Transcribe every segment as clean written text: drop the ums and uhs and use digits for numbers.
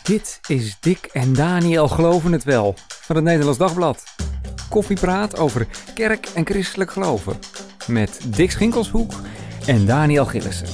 Dit is Dick en Daniel Geloven het Wel van het Nederlands Dagblad. Koffiepraat over kerk en christelijk geloven. Met Dick Schinkelshoek en Daniel Gillissen.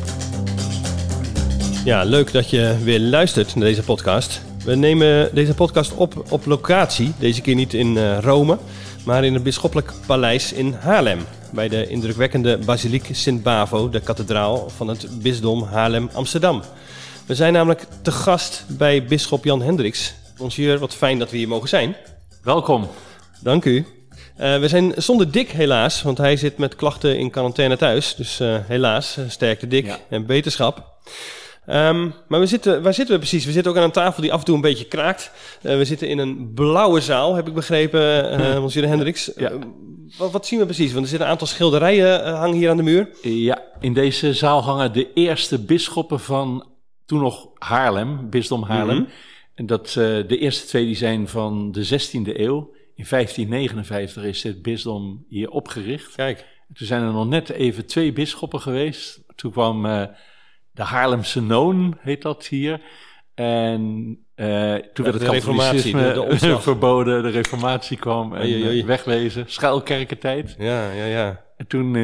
Ja, leuk dat je weer luistert naar deze podcast. We nemen deze podcast op locatie. Deze keer niet in Rome, maar in het Bisschoppelijk Paleis in Haarlem. Bij de indrukwekkende basiliek Sint-Bavo, de kathedraal van het bisdom Haarlem-Amsterdam. We zijn namelijk te gast bij bisschop Jan Hendricks. Monsieur, wat fijn dat we hier mogen zijn. Welkom. Dank u. We zijn zonder Dick helaas, want hij zit met klachten in quarantaine thuis. Dus helaas, sterkte Dick en beterschap. Maar waar zitten we precies? We zitten ook aan een tafel die af en toe een beetje kraakt. We zitten in een blauwe zaal, heb ik begrepen, monsieur Hendricks. Ja. Wat zien we precies? Want er zitten een aantal schilderijen hangen hier aan de muur. Ja, in deze zaal hangen de eerste bisschoppen van toen nog Haarlem, bisdom Haarlem. Mm-hmm. En de eerste twee die zijn van de 16e eeuw. In 1559 is het bisdom hier opgericht. Kijk. Toen zijn er nog net even 2 bisschoppen geweest. Toen kwam de Haarlemse Noon, heet dat hier. En toen werd het katholicisme verboden. De reformatie kwam en wegwezen. Schuilkerkentijd. Ja. En toen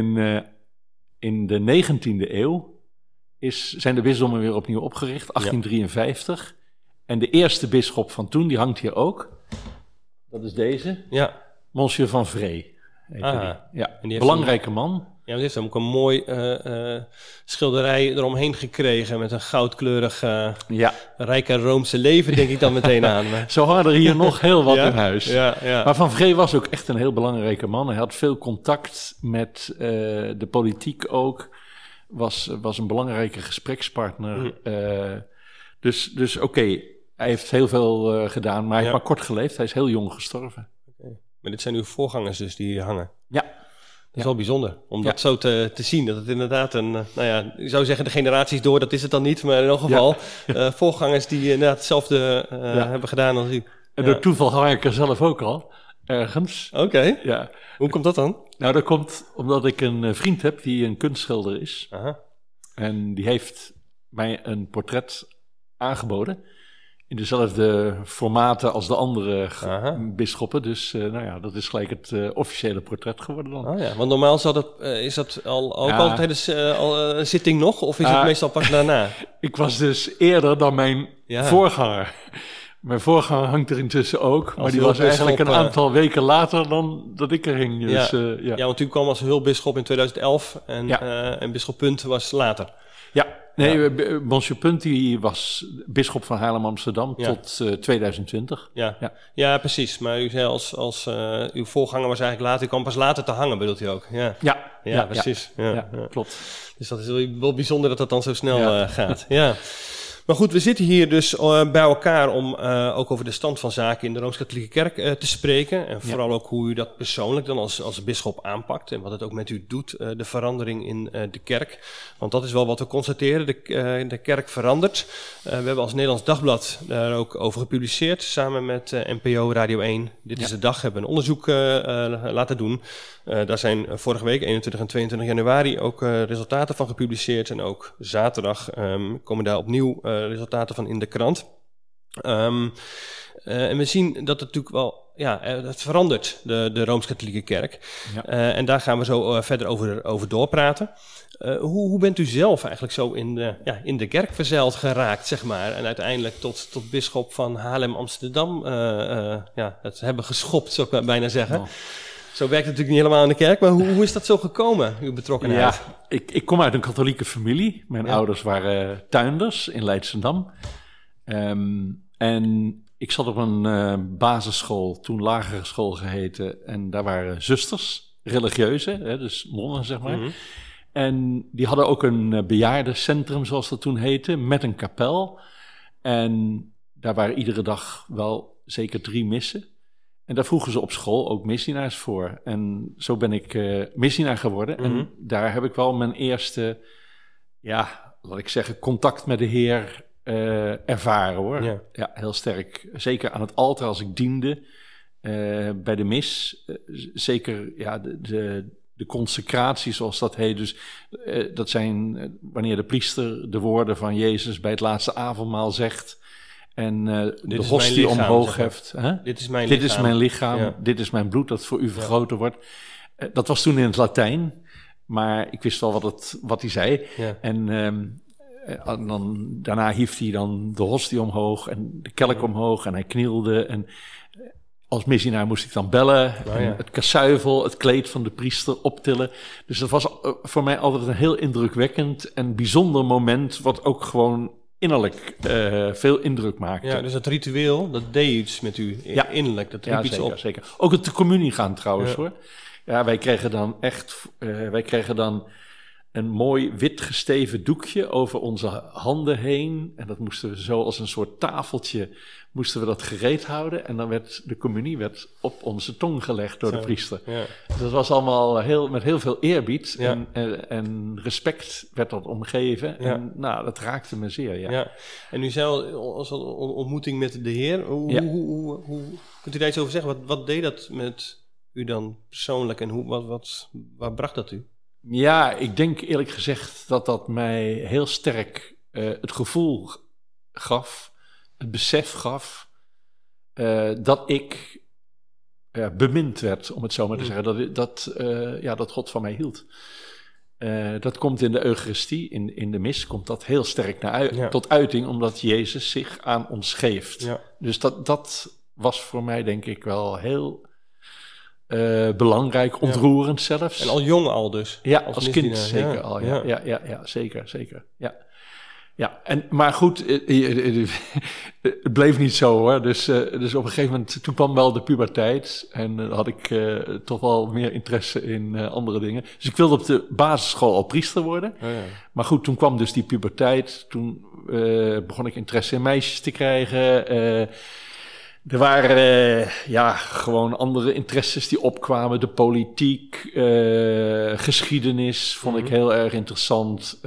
in de 19e eeuw zijn de bisdommen weer opnieuw opgericht. 1853. En de eerste bisschop van toen, die hangt hier ook. Dat is deze. Ja. Monsieur van Vree. Ja, belangrijke man. Ja, die heeft ook een mooi schilderij eromheen gekregen met een goudkleurig rijke Roomse leven, denk ik dan meteen aan. Zo hadden er hier nog heel wat in huis. Ja. Maar Van Vree was ook echt een heel belangrijke man. Hij had veel contact met de politiek ook. Was een belangrijke gesprekspartner. Dus oké, hij heeft heel veel gedaan, maar hij heeft maar kort geleefd. Hij is heel jong gestorven. Okay. Maar dit zijn uw voorgangers dus die hier hangen? Ja. Dat is wel bijzonder, om dat zo te zien. Dat het inderdaad ik zou zeggen de generaties door, dat is het dan niet. Maar in elk geval voorgangers die inderdaad hetzelfde hebben gedaan als u. En door toeval hang ik er zelf ook al, ergens. Oké. Ja. Hoe komt dat dan? Nou, dat komt omdat ik een vriend heb die een kunstschilder is. Aha. En die heeft mij een portret aangeboden. In dezelfde formaten als de andere bisschoppen. Dus dat is gelijk het officiële portret geworden dan. Oh ja, want normaal is dat al tijdens een zitting nog? Of is het meestal pas daarna? Ik was dus eerder dan mijn voorganger. Mijn voorganger hangt er intussen ook. Maar die was eigenlijk een aantal weken later dan dat ik er hing. Dus, ja, want u kwam als hulpbisschop in 2011 en bisschop Punt was later. Ja. Monsieur Punt die was bisschop van Haarlem-Amsterdam tot 2020. Ja, precies. Maar u zei als uw voorganger was eigenlijk later, u kwam pas later te hangen, bedoelt u ook? Ja, precies. Ja, klopt. Dus dat is wel bijzonder dat dat dan zo snel gaat. Ja. Maar goed, we zitten hier dus bij elkaar om ook over de stand van zaken in de Rooms-Katholieke Kerk te spreken. En vooral ook hoe u dat persoonlijk dan als bisschop aanpakt en wat het ook met u doet, de verandering in de kerk. Want dat is wel wat we constateren, de kerk verandert. We hebben als Nederlands Dagblad daar ook over gepubliceerd, samen met NPO Radio 1. Dit is de dag, hebben we een onderzoek laten doen. Daar zijn vorige week, 21 en 22 januari, ook resultaten van gepubliceerd. En ook zaterdag komen daar opnieuw resultaten van in de krant. En we zien dat het natuurlijk wel, het verandert, de Rooms-Katholieke Kerk. Ja. En daar gaan we zo verder over doorpraten. Hoe bent u zelf eigenlijk zo in de kerk verzeild geraakt, zeg maar? En uiteindelijk tot bisschop van Haarlem-Amsterdam het hebben geschopt, zou ik bijna zeggen. Oh. Zo werkt het natuurlijk niet helemaal in de kerk, maar hoe is dat zo gekomen, uw betrokkenheid? Ja, ik kom uit een katholieke familie. Mijn ouders waren tuinders in Leidschendam. En ik zat op een basisschool, toen lagere school geheten. En daar waren zusters, religieuze, dus nonnen zeg maar. Mm-hmm. En die hadden ook een bejaardencentrum, zoals dat toen heette, met een kapel. En daar waren iedere dag wel zeker 3 missen. En daar vroegen ze op school ook missionaars voor. En zo ben ik missionaar geworden. Mm-hmm. En daar heb ik wel mijn eerste, laat ik zeggen, contact met de Heer ervaren hoor. Yeah. Ja, heel sterk. Zeker aan het altaar als ik diende bij de mis. Zeker de consecratie zoals dat heet. Dus dat zijn wanneer de priester de woorden van Jezus bij het laatste avondmaal zegt. En de is hostie mijn lichaam, omhoog zeg maar. heft. Hè? Dit is mijn Dit lichaam. is mijn lichaam, Ja. dit is mijn bloed dat voor u vergoten wordt. Dat was toen in het Latijn, maar ik wist wel wat hij zei. Ja. En daarna hief hij dan de hostie omhoog en de kelk omhoog en hij knielde. En als missionaar moest ik dan bellen, en het kasuivel, het kleed van de priester optillen. Dus dat was voor mij altijd een heel indrukwekkend en bijzonder moment, wat ook gewoon innerlijk veel indruk maakte. Ja, dus dat ritueel, dat deed iets met u innerlijk. Dat riep iets zeker, op. zeker. Ook het de communie gaan trouwens, Ja. hoor. Ja, wij kregen dan een mooi wit gesteven doekje over onze handen heen. En dat moesten we zo als een soort tafeltje, moesten we dat gereed houden. En dan werd de communie op onze tong gelegd door de priester. Ja. Dat was allemaal met heel veel eerbied Ja. en respect werd dat omgeven. Ja. En nou, dat raakte me zeer, ja. Ja. En u zei al, als ontmoeting met de Heer. Hoe kunt u daar iets over zeggen? Wat deed dat met u dan persoonlijk en waar bracht dat u? Ja, ik denk eerlijk gezegd dat mij heel sterk het gevoel gaf, het besef gaf, dat ik bemind werd, om het zo maar te zeggen. Dat God van mij hield. Dat komt in de Eucharistie, in de mis, komt dat heel sterk tot uiting, omdat Jezus zich aan ons geeft. Ja. Dus dat was voor mij denk ik wel heel belangrijk, ontroerend zelfs. En al jong al dus? Ja, als kind zeker al. Ja, zeker. Ja, maar goed, het bleef niet zo hoor. Dus op een gegeven moment, toen kwam wel de puberteit. En dan had ik toch wel meer interesse in andere dingen. Dus ik wilde op de basisschool al priester worden. Oh ja. Maar goed, toen kwam dus die puberteit. Toen begon ik interesse in meisjes te krijgen. Er waren gewoon andere interesses die opkwamen. De politiek, geschiedenis vond ik heel erg interessant.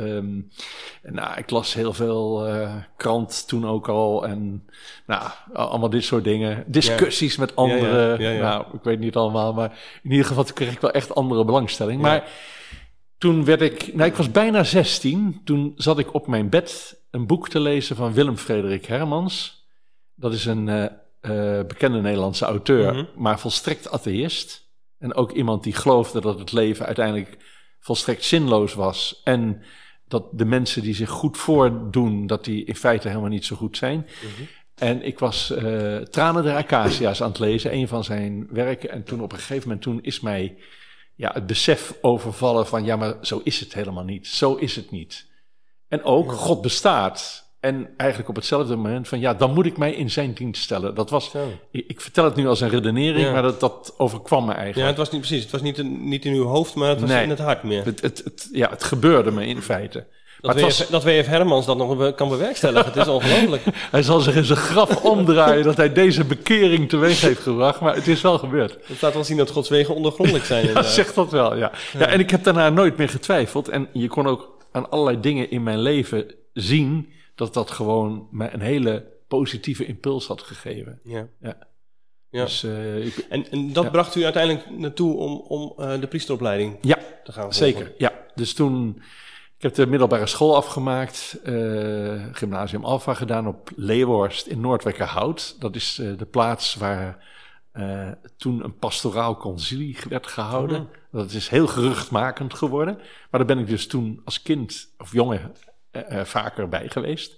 Ik las heel veel krant toen ook al. En allemaal dit soort dingen. Discussies met anderen. Nou, ik weet niet allemaal. Maar in ieder geval kreeg ik wel echt andere belangstelling. Ja. Maar toen werd ik was bijna 16. Toen zat ik op mijn bed een boek te lezen van Willem Frederik Hermans. Dat is een bekende Nederlandse auteur, maar volstrekt atheïst. En ook iemand die geloofde dat het leven uiteindelijk volstrekt zinloos was. En dat de mensen die zich goed voordoen, dat die in feite helemaal niet zo goed zijn. En ik was Tranen der Acacia's aan het lezen, een van zijn werken. En toen op een gegeven moment, is mij het besef overvallen van, maar zo is het helemaal niet. Zo is het niet. En ook, God bestaat. En eigenlijk op hetzelfde moment van, dan moet ik mij in zijn dienst stellen. Dat was, ik vertel het nu als een redenering, maar dat overkwam me eigenlijk. Ja, het was niet precies. Het was niet in uw hoofd, maar het was in het hart meer. Het gebeurde me in feite. Dat W.F. Hermans dat nog kan bewerkstelligen, het is ongelooflijk. Hij zal zich in zijn graf omdraaien dat hij deze bekering teweeg heeft gebracht, maar het is wel gebeurd. Het laat wel zien dat Gods wegen ondergrondelijk zijn. Ja, zegt dat wel, ja. En ik heb daarna nooit meer getwijfeld. En je kon ook aan allerlei dingen in mijn leven zien dat gewoon me een hele positieve impuls had gegeven. Ja. Dus, en dat bracht u uiteindelijk naartoe om de priesteropleiding te gaan volgen? Zeker. Ja, dus toen... Ik heb de middelbare school afgemaakt, gymnasium Alpha gedaan op Leeuworst in Noordwijkerhout. Dat is de plaats waar toen een pastoraal concilie werd gehouden. Dat is heel geruchtmakend geworden. Maar daar ben ik dus toen als kind of jongen vaker bij geweest.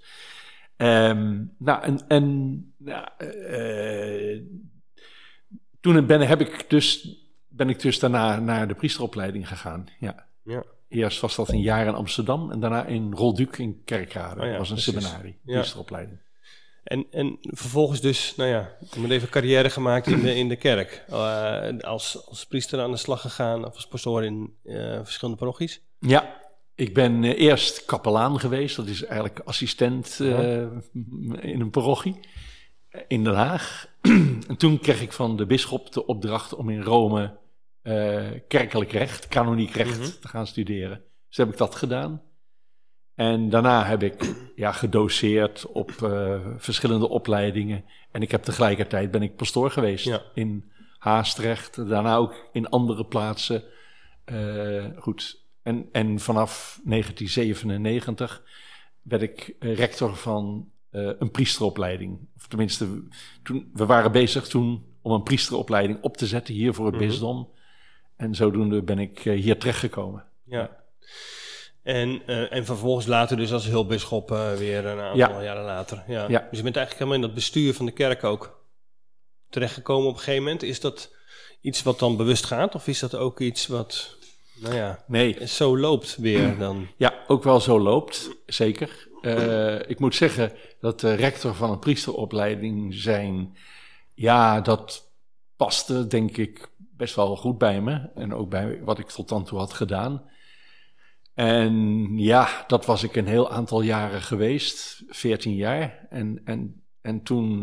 Toen ben ik dus daarna naar de priesteropleiding gegaan. Ja. Eerst was dat een jaar in Amsterdam en daarna in Rolduc in Kerkrade. Dat was een seminarie, priesteropleiding. En vervolgens dus, moet even carrière gemaakt in de kerk. Als priester aan de slag gegaan, of als pastoor in verschillende parochies? Ja, ik ben eerst kapelaan geweest. Dat is eigenlijk assistent in een parochie in Den Haag. En toen kreeg ik van de bisschop de opdracht om in Rome kerkelijk recht, kanoniek recht te gaan studeren. Dus heb ik dat gedaan. En daarna heb ik gedoceerd op verschillende opleidingen. En ik heb tegelijkertijd ben ik pastoor geweest in Haastrecht. Daarna ook in andere plaatsen. Goed. En vanaf 1997 werd ik rector van een priesteropleiding. Of tenminste, we waren bezig toen om een priesteropleiding op te zetten hier voor het bisdom. En zodoende ben ik hier terechtgekomen. Ja. En vervolgens later dus als hulpbisschop weer een aantal jaren later. Ja. Ja. Dus je bent eigenlijk helemaal in dat bestuur van de kerk ook terechtgekomen op een gegeven moment. Is dat iets wat dan bewust gaat? Of is dat ook iets wat zo loopt weer dan? Ja, ook wel zo loopt, zeker. Ik moet zeggen dat de rector van een priesteropleiding zijn... Ja, dat paste denk ik best wel goed bij me. En ook bij wat ik tot dan toe had gedaan. En ja, dat was ik een heel aantal jaren geweest. 14 jaar. En toen,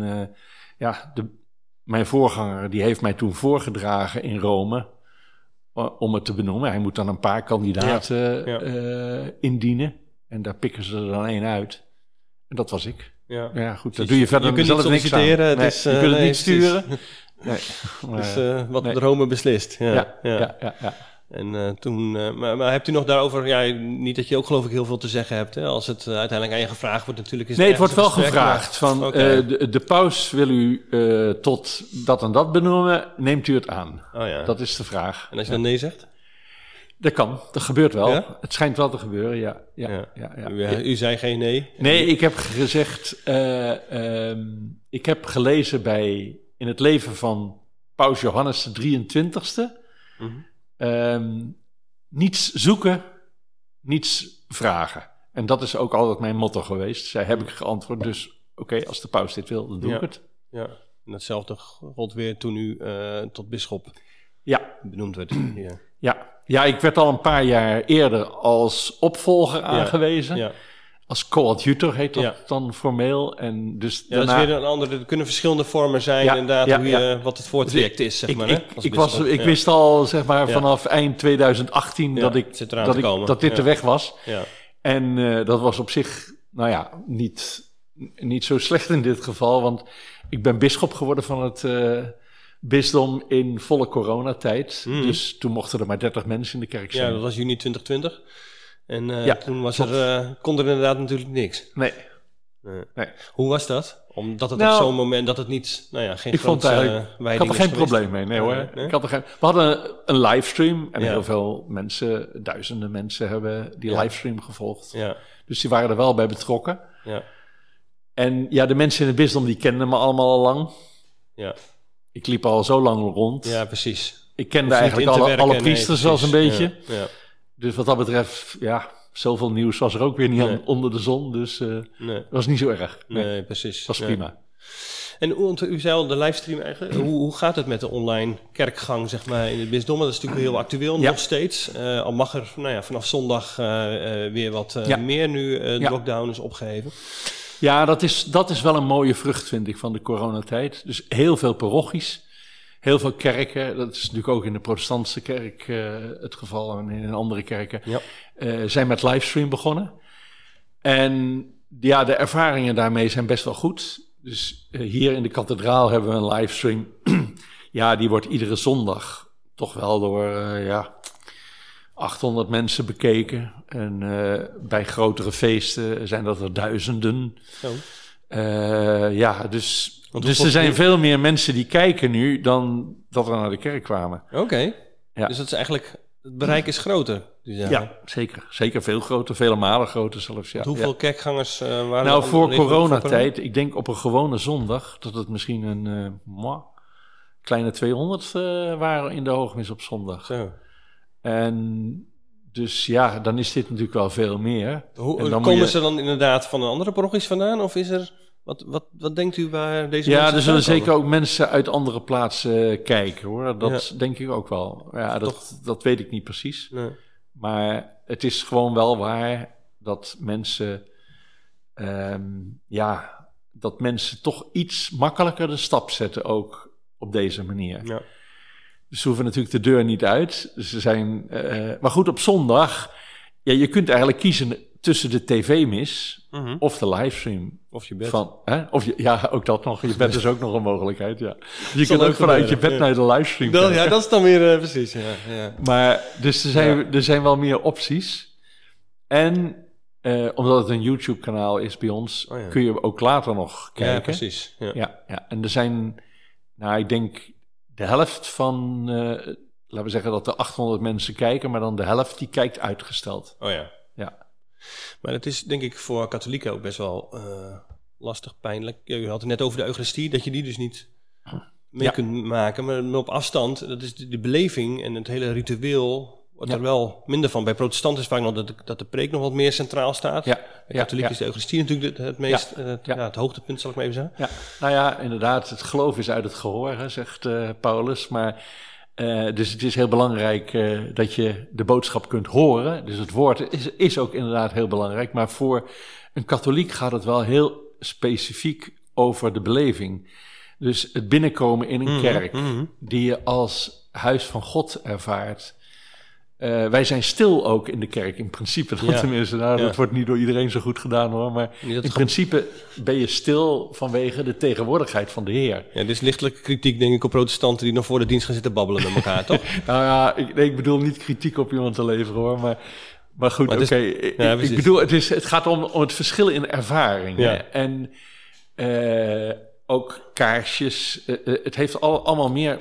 mijn voorganger, die heeft mij toen voorgedragen in Rome... om het te benoemen. Hij moet dan een paar kandidaten indienen. En daar pikken ze er dan één uit. En dat was ik. Ja, goed, dat doe je verder. Je kunt niet solliciteren. Dus, je kunt het niet sturen. Nee, dus wat Rome beslist. Ja. En toen, maar hebt u nog daarover, niet dat je ook geloof ik heel veel te zeggen hebt, hè, als het uiteindelijk aan je gevraagd wordt natuurlijk. Is het wordt wel gevraagd van de paus wil u tot dat en dat benoemen, neemt u het aan? Oh, ja. Dat is de vraag. En als je dan nee zegt? Dat kan, dat gebeurt wel. Ja? Het schijnt wel te gebeuren, ja. U zei geen nee? Nee, ik heb gezegd, ik heb gelezen in het leven van paus Johannes de 23e, niets zoeken, niets vragen. En dat is ook altijd mijn motto geweest. Zij heb ik geantwoord, dus oké, als de paus dit wil, dan doe ik het. Ja, en datzelfde gold weer toen u tot bisschop benoemd werd. Ja, ik werd al een paar jaar eerder als opvolger aangewezen. Ja. Als coadjutor heet dat dan formeel. En dus daarna... dat is weer een andere. Er kunnen verschillende vormen zijn, inderdaad, wat het voortraject is, zeg maar. Ik wist al, zeg maar, vanaf eind 2018 dat dit de weg was. Ja. En dat was op zich, niet zo slecht in dit geval, want ik ben bisschop geworden van het bisdom in volle coronatijd. Dus toen mochten er maar 30 mensen in de kerk zijn. Ja, dat was juni 2020. En toen was kon er inderdaad natuurlijk niks. Nee. Hoe was dat? Omdat het op zo'n moment dat het niet, geen grote ik had er geen probleem mee, nee hoor. Nee? We hadden een livestream en heel veel mensen, duizenden mensen hebben die livestream gevolgd. Ja. Dus die waren er wel bij betrokken. Ja. En de mensen in het bisdom die kenden me allemaal al lang. Ja. Ik liep al zo lang rond. Ja, precies. Ik kende eigenlijk alle priesters wel een beetje. Ja. Dus wat dat betreft, zoveel nieuws was er ook weer niet aan onder de zon. Dus dat was niet zo erg. Nee, precies. Dat was prima. En u zei al, de livestream eigenlijk. Hoe gaat het met de online kerkgang, zeg maar, in het bisdom? Dat is natuurlijk heel actueel nog steeds. Al mag er vanaf zondag weer wat meer nu de lockdown is opgeheven. Ja, dat is wel een mooie vrucht, vind ik, van de coronatijd. Dus heel veel parochies, heel veel kerken. Dat is natuurlijk ook in de protestantse kerk het geval en in andere kerken. Zijn met livestream begonnen. En de ervaringen daarmee zijn best wel goed. Dus hier in de kathedraal hebben we een livestream. Die wordt iedere zondag toch wel door 800 mensen bekeken. En bij grotere feesten zijn dat er duizenden. Dus er zijn veel meer mensen die kijken nu dan dat er naar de kerk kwamen. Oké. Ja. Dus dat is eigenlijk, het bereik is groter. Ja, zeker. Zeker veel groter, vele malen groter zelfs. Ja. Hoeveel kerkgangers waren er? Voor coronatijd, ik denk op een gewone zondag, dat het misschien een kleine 200 waren in de hoogmis op zondag. Zo. En dus dan is dit natuurlijk wel veel meer. Komen ze dan inderdaad van een andere parochies vandaan? Of is er... Wat denkt u waar deze mensen er zullen zeker ook mensen uit andere plaatsen kijken, hoor. Dat denk ik ook wel. Ja, dat weet ik niet precies. Nee. Maar het is gewoon wel waar dat mensen... dat mensen toch iets makkelijker de stap zetten ook op deze manier. Ja. Dus ze hoeven natuurlijk de deur niet uit. Ze zijn, maar goed, op zondag... je kunt eigenlijk kiezen tussen de tv-mis of de livestream. Of je bed. Ook dat nog. Je bed is ook nog een mogelijkheid, Je kunt ook vanuit je bed naar de livestream kijken. Ja, dat is dan weer precies, ja. Maar dus er zijn wel meer opties. En Omdat het een YouTube-kanaal is bij ons, kun je ook later nog kijken. Ja, precies. Ja. En er zijn, ik denk de helft van, laten we zeggen dat er 800 mensen kijken, maar dan de helft die kijkt uitgesteld. Oh ja. Maar het is denk ik voor katholieken ook best wel lastig, pijnlijk. U had het net over de Eucharistie, dat je die dus niet mee kunt maken. Maar op afstand, dat is de beleving en het hele ritueel wordt er wel minder van. Bij protestanten is vaak nog dat de preek nog wat meer centraal staat. Bij katholiek is de Eucharistie natuurlijk het meest, het hoogtepunt, zal ik maar even zeggen. Ja, inderdaad, het geloof is uit het gehoor, zegt Paulus, maar... dus het is heel belangrijk dat je de boodschap kunt horen. Dus het woord is ook inderdaad heel belangrijk. Maar voor een katholiek gaat het wel heel specifiek over de beleving. Dus het binnenkomen in een kerk die je als huis van God ervaart. Wij zijn stil ook in de kerk, in principe. Tenminste, dat wordt niet door iedereen zo goed gedaan hoor. Maar in principe ben je stil vanwege de tegenwoordigheid van de Heer. Ja, dit is lichtelijke kritiek, denk ik, op protestanten die nog voor de dienst gaan zitten babbelen met elkaar, toch? Ik bedoel niet kritiek op iemand te leveren hoor, maar goed, oké. Ik bedoel, het gaat om het verschil in ervaring. Ja. En ook kaarsjes. Het heeft allemaal meer...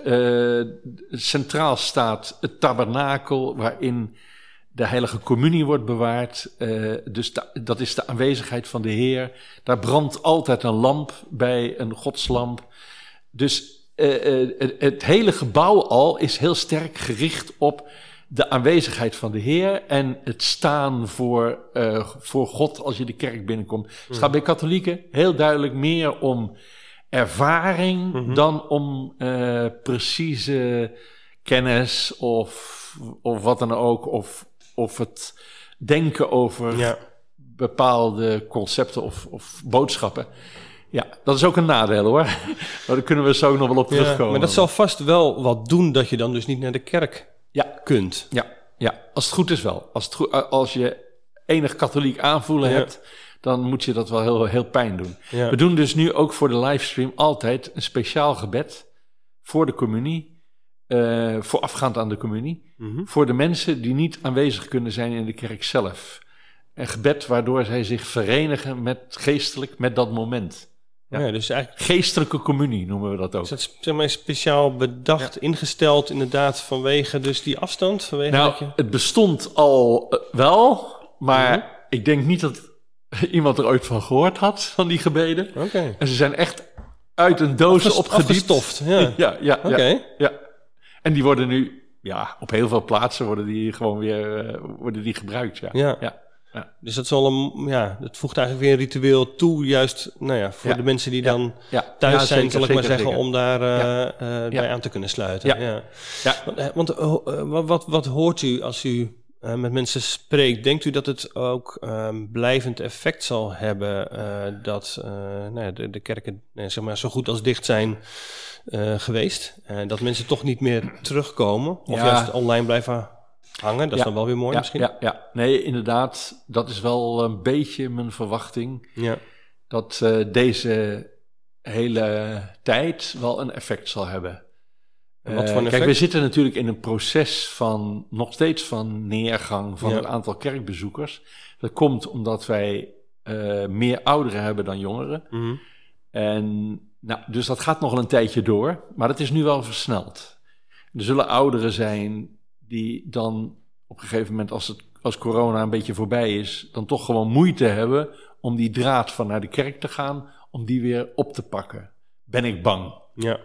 centraal staat het tabernakel waarin de heilige communie wordt bewaard. Dus dat is de aanwezigheid van de Heer. Daar brandt altijd een lamp bij, een godslamp. Dus het hele gebouw al is heel sterk gericht op de aanwezigheid van de Heer en het staan voor God als je de kerk binnenkomt. Het gaat bij katholieken heel duidelijk meer om ervaring dan om precieze kennis of wat dan ook, of het denken over bepaalde concepten of boodschappen. Ja, dat is ook een nadeel hoor. Maar daar kunnen we zo nog wel op terugkomen. Maar dat zal vast wel wat doen dat je dan dus niet naar de kerk kunt. Ja, als het goed is wel. Als je enig katholiek aanvoelen hebt, dan moet je dat wel heel, heel pijn doen. Ja. We doen dus nu ook voor de livestream altijd een speciaal gebed voor de communie, voorafgaand aan de communie, voor de mensen die niet aanwezig kunnen zijn in de kerk zelf. Een gebed waardoor zij zich verenigen geestelijk met dat moment. Ja, dus eigenlijk geestelijke communie noemen we dat ook. Is dat zeg maar speciaal bedacht, ingesteld inderdaad vanwege dus die afstand? Het bestond al wel, maar ik denk niet dat iemand er ooit van gehoord had, van die gebeden. Okay. En ze zijn echt uit een doos afgestoft. Ja. En die worden nu, op heel veel plaatsen worden die gewoon weer gebruikt. Ja. Dus dat is al dat voegt eigenlijk weer een ritueel toe, juist voor de mensen die dan thuis zijn, zal ik maar zeggen, om daar bij aan te kunnen sluiten. Want wat hoort u als u met mensen spreekt? Denkt u dat het ook blijvend effect zal hebben dat de kerken zeg maar zo goed als dicht zijn geweest? Dat mensen toch niet meer terugkomen of juist online blijven hangen? Dat is dan wel weer mooi misschien? Ja, nee, inderdaad. Dat is wel een beetje mijn verwachting. Ja. Dat deze hele tijd wel een effect zal hebben. Wat voor een effect? Kijk, we zitten natuurlijk in een proces nog steeds van neergang van het aantal kerkbezoekers. Dat komt omdat wij meer ouderen hebben dan jongeren. Mm-hmm. En dus dat gaat nog een tijdje door. Maar dat is nu wel versneld. Er zullen ouderen zijn die dan op een gegeven moment, als corona een beetje voorbij is, dan toch gewoon moeite hebben om die draad van naar de kerk te gaan, om die weer op te pakken. Ben ik bang. Ja.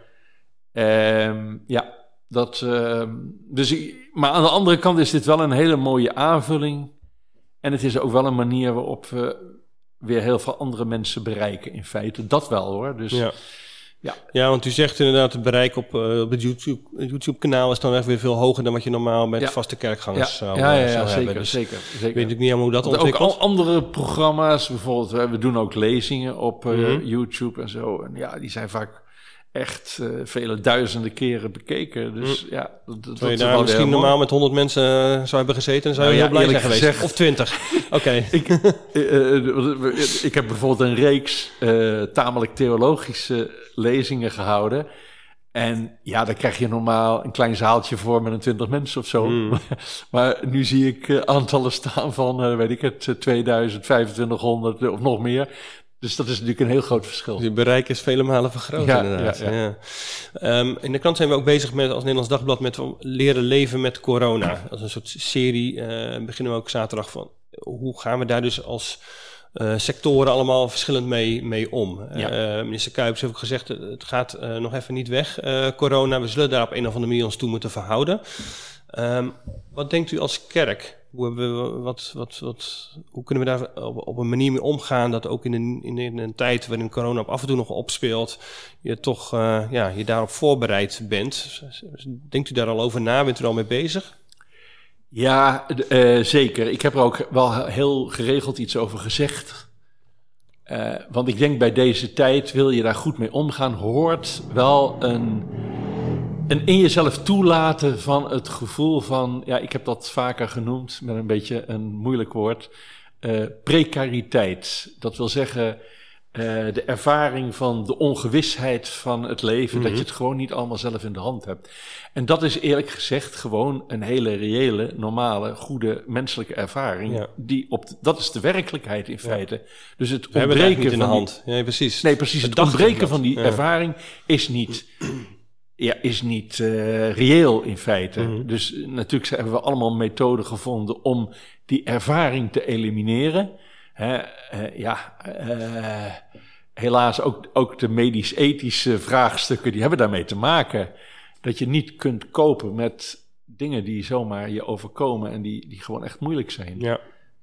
Maar aan de andere kant is dit wel een hele mooie aanvulling. En het is ook wel een manier waarop we weer heel veel andere mensen bereiken in feite. Dat wel hoor. Dus ja, want u zegt inderdaad het bereik op het YouTube-kanaal is dan echt weer veel hoger dan wat je normaal met vaste kerkgangers zou hebben. Dus zeker. Ik weet natuurlijk niet helemaal hoe dat ontwikkelt. Ook andere programma's, bijvoorbeeld, we doen ook lezingen op YouTube en zo. En die zijn vaak echt vele duizenden keren bekeken. Dus dat je daar misschien normaal met 100 mensen zou hebben gezeten, dan zou je heel blij zijn geweest. Gezegd, of 20. Oké. Ik heb bijvoorbeeld een reeks tamelijk theologische lezingen gehouden. En ja, daar krijg je normaal een klein zaaltje voor met 20 mensen of zo. Maar nu zie ik aantallen staan van, 2000, 2500 of nog meer. Dus dat is natuurlijk een heel groot verschil. Dus je bereik is vele malen vergroot, inderdaad. Ja. In de krant zijn we ook bezig met, als Nederlands Dagblad, met leren leven met corona. Als een soort serie beginnen we ook zaterdag van. Hoe gaan we daar dus als sectoren allemaal verschillend mee om? Minister Kuipers heeft ook gezegd, het gaat nog even niet weg, corona. We zullen daar op een of andere manier ons toe moeten verhouden. Wat denkt u als kerk? Hoe kunnen we daar op een manier mee omgaan dat ook in een tijd waarin corona af en toe nog opspeelt, je toch je daarop voorbereid bent? Denkt u daar al over na? Bent u er al mee bezig? Ja, zeker. Ik heb er ook wel heel geregeld iets over gezegd. Want ik denk bij deze tijd, wil je daar goed mee omgaan, hoort wel een in jezelf toelaten van het gevoel van, ik heb dat vaker genoemd met een beetje een moeilijk woord, precariteit. Dat wil zeggen, de ervaring van de ongewisheid van het leven, dat je het gewoon niet allemaal zelf in de hand hebt. En dat is eerlijk gezegd gewoon een hele reële, normale, goede menselijke ervaring. Ja. Dat is de werkelijkheid in feite. Dus het ontbreken niet in de hand. Ja, precies. Nee, precies. Het ontbreken van die ervaring is niet reëel in feite. Dus natuurlijk hebben we allemaal methoden gevonden om die ervaring te elimineren. Helaas ook de medisch-ethische vraagstukken, die hebben daarmee te maken. Dat je niet kunt kopen met dingen die zomaar je overkomen en die gewoon echt moeilijk zijn. Ja.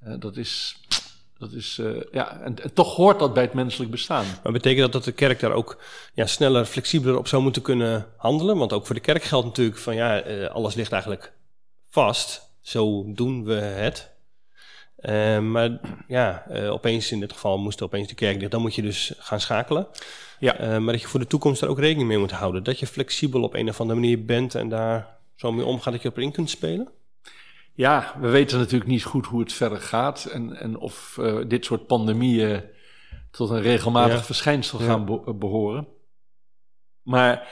En toch hoort dat bij het menselijk bestaan. Maar betekent dat de kerk daar ook sneller, flexibeler op zou moeten kunnen handelen? Want ook voor de kerk geldt natuurlijk van alles ligt eigenlijk vast. Zo doen we het. Maar opeens in dit geval moest opeens de kerk dicht. Dan moet je dus gaan schakelen. Ja. Maar dat je voor de toekomst daar ook rekening mee moet houden. Dat je flexibel op een of andere manier bent en daar zo mee omgaat dat je op in kunt spelen. Ja, we weten natuurlijk niet goed hoe het verder gaat en of dit soort pandemieën tot een regelmatig verschijnsel gaan behoren. Maar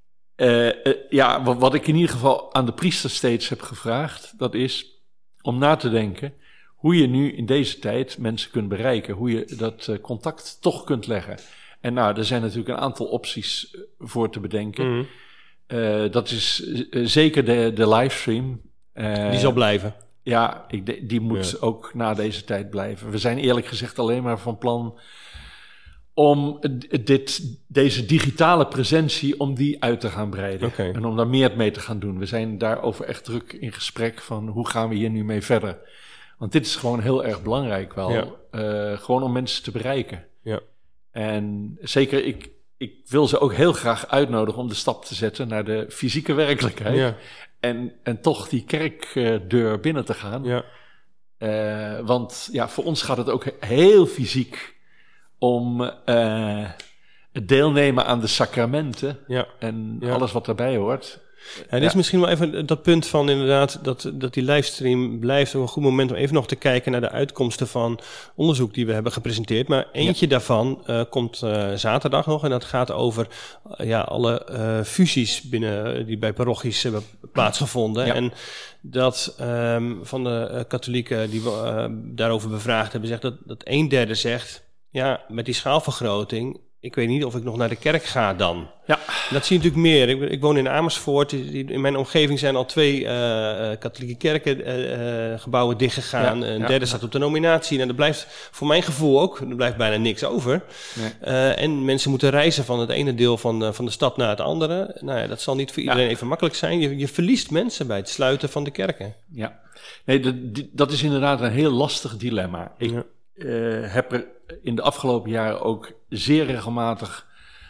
wat ik in ieder geval aan de priester steeds heb gevraagd, dat is om na te denken hoe je nu in deze tijd mensen kunt bereiken, hoe je dat contact toch kunt leggen. En er zijn natuurlijk een aantal opties voor te bedenken. Dat is zeker de livestream. Die zal blijven. Ja, die moet ook na deze tijd blijven. We zijn eerlijk gezegd alleen maar van plan om deze digitale presentie, om die uit te gaan breiden. Okay. En om daar meer mee te gaan doen. We zijn daarover echt druk in gesprek van hoe gaan we hier nu mee verder. Want dit is gewoon heel erg belangrijk wel. Ja. Gewoon om mensen te bereiken. Ja. En zeker, ik wil ze ook heel graag uitnodigen om de stap te zetten naar de fysieke werkelijkheid. Ja. En toch die kerkdeur binnen te gaan. Ja. Want voor ons gaat het ook heel fysiek om het deelnemen aan de sacramenten. Ja. En alles wat daarbij hoort. Ja, dit is misschien wel even dat punt van inderdaad dat die livestream blijft een goed moment om even nog te kijken naar de uitkomsten van onderzoek die we hebben gepresenteerd. Maar eentje daarvan komt zaterdag nog en dat gaat over alle fusies die bij parochies hebben plaatsgevonden. Ja. En dat van de katholieken die we daarover bevraagd hebben, zegt dat 1/3 zegt, met die schaalvergroting, ik weet niet of ik nog naar de kerk ga dan. Ja. Dat zie je natuurlijk meer. Ik woon in Amersfoort. In mijn omgeving zijn al 2 katholieke kerkengebouwen dichtgegaan. Een derde staat op de nominatie. En er blijft voor mijn gevoel ook, er blijft bijna niks over. Nee. En mensen moeten reizen van het ene deel van de stad naar het andere. Dat zal niet voor iedereen even makkelijk zijn. Je verliest mensen bij het sluiten van de kerken. Ja, nee, dat is inderdaad een heel lastig dilemma. Ik heb er in de afgelopen jaren ook zeer regelmatig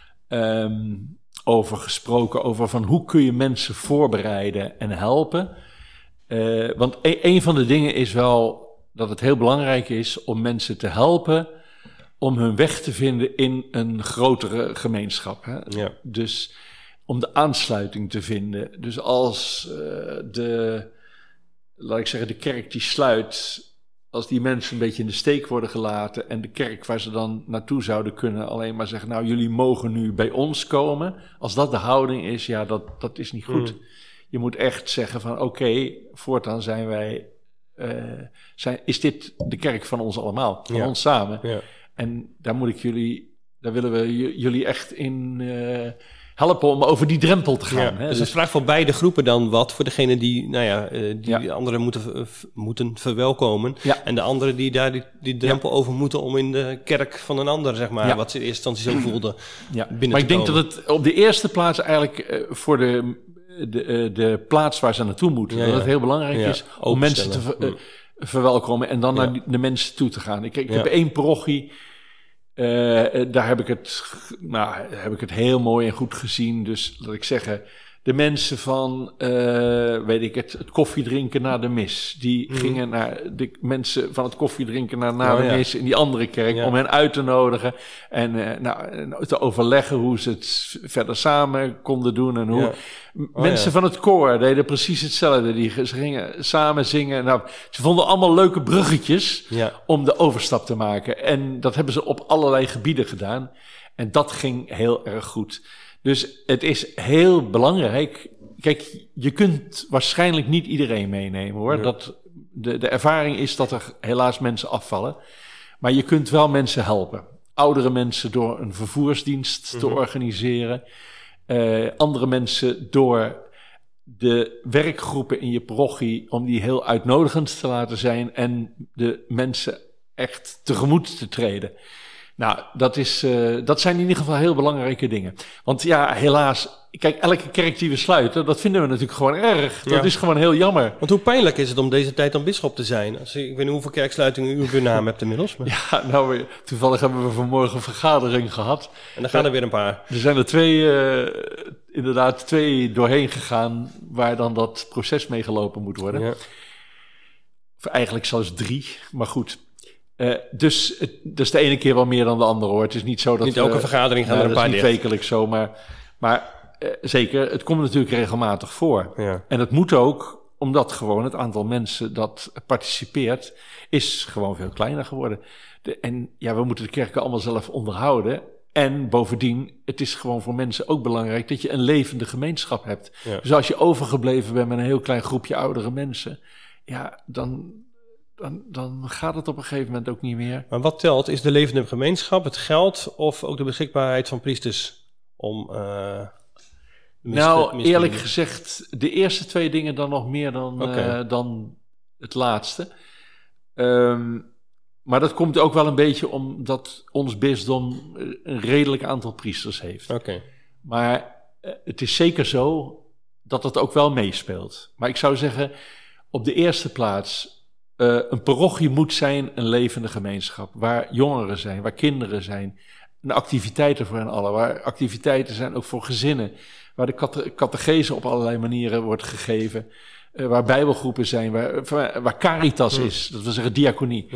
over gesproken, over van hoe kun je mensen voorbereiden en helpen. Want een van de dingen is wel dat het heel belangrijk is om mensen te helpen om hun weg te vinden in een grotere gemeenschap. Hè? Ja. Dus om de aansluiting te vinden. Dus als de kerk die sluit, als die mensen een beetje in de steek worden gelaten en de kerk waar ze dan naartoe zouden kunnen alleen maar zeggen, nou jullie mogen nu bij ons komen. Als dat de houding is, ja, dat is niet goed. Je moet echt zeggen van oké, voortaan zijn wij, is dit de kerk van ons allemaal, van ons samen. Ja. En daar willen we jullie echt in helpen om over die drempel te gaan. Ja, hè? Dus het vraagt voor beide groepen dan wat, voor degene die, die anderen moeten verwelkomen. Ja. En de anderen die daar die drempel over moeten om in de kerk van een ander, zeg maar, wat ze in eerste instantie zo voelden, binnen maar te ik denk dat het op de eerste plaats eigenlijk voor de plaats waar ze naartoe moeten, dat het heel belangrijk is om mensen te verwelkomen en dan naar de mensen toe te gaan. Ik heb 1 parochie. Daar heb ik het heel mooi en goed gezien. Dus laat ik zeggen, de mensen van, het koffiedrinken na de mis. Die gingen naar de mensen van het koffiedrinken na de mis in die andere kerk om hen uit te nodigen. En te overleggen hoe ze het verder samen konden doen. En hoe mensen van het koor deden precies hetzelfde. Ze gingen samen zingen. Nou, ze vonden allemaal leuke bruggetjes om de overstap te maken. En dat hebben ze op allerlei gebieden gedaan. En dat ging heel erg goed. Dus het is heel belangrijk. Kijk, je kunt waarschijnlijk niet iedereen meenemen, hoor. Ja. De ervaring is dat er helaas mensen afvallen. Maar je kunt wel mensen helpen. Oudere mensen door een vervoersdienst te organiseren. Andere mensen door de werkgroepen in je parochie, om die heel uitnodigend te laten zijn en de mensen echt tegemoet te treden. Nou, dat zijn in ieder geval heel belangrijke dingen. Want ja, helaas, kijk, elke kerk die we sluiten, dat vinden we natuurlijk gewoon erg. Dat is gewoon heel jammer. Want hoe pijnlijk is het om deze tijd dan bisschop te zijn? Ik weet niet hoeveel kerksluitingen u op uw naam hebt inmiddels. Maar... Ja, nou, toevallig hebben we vanmorgen een vergadering gehad. En dan gaan er weer een paar. Er zijn er twee doorheen gegaan waar dan dat proces mee gelopen moet worden. Ja. Of eigenlijk zelfs 3, maar goed. Dus dat is de ene keer wel meer dan de andere, hoor. Het is niet zo dat... Niet elke vergadering gaan er een paar dicht. Het is niet wekelijks zo, maar zeker, het komt natuurlijk regelmatig voor. Ja. En het moet ook, omdat gewoon het aantal mensen dat participeert, is gewoon veel kleiner geworden. We moeten de kerken allemaal zelf onderhouden. En bovendien, het is gewoon voor mensen ook belangrijk dat je een levende gemeenschap hebt. Ja. Dus als je overgebleven bent met een heel klein groepje oudere mensen, ja, dan gaat het op een gegeven moment ook niet meer. Maar wat telt? Is de levende gemeenschap, het geld of ook de beschikbaarheid van priesters om... eerlijk gezegd, de eerste 2 dingen dan nog meer dan het laatste. Maar dat komt ook wel een beetje omdat ons bisdom een redelijk aantal priesters heeft. Okay. Maar het is zeker zo dat dat ook wel meespeelt. Maar ik zou zeggen, op de eerste plaats... een parochie moet zijn een levende gemeenschap, waar jongeren zijn, waar kinderen zijn, en activiteiten voor hen allen, waar activiteiten zijn ook voor gezinnen, waar de catechese op allerlei manieren wordt gegeven, waar bijbelgroepen zijn, waar caritas is, dat wil zeggen diaconie.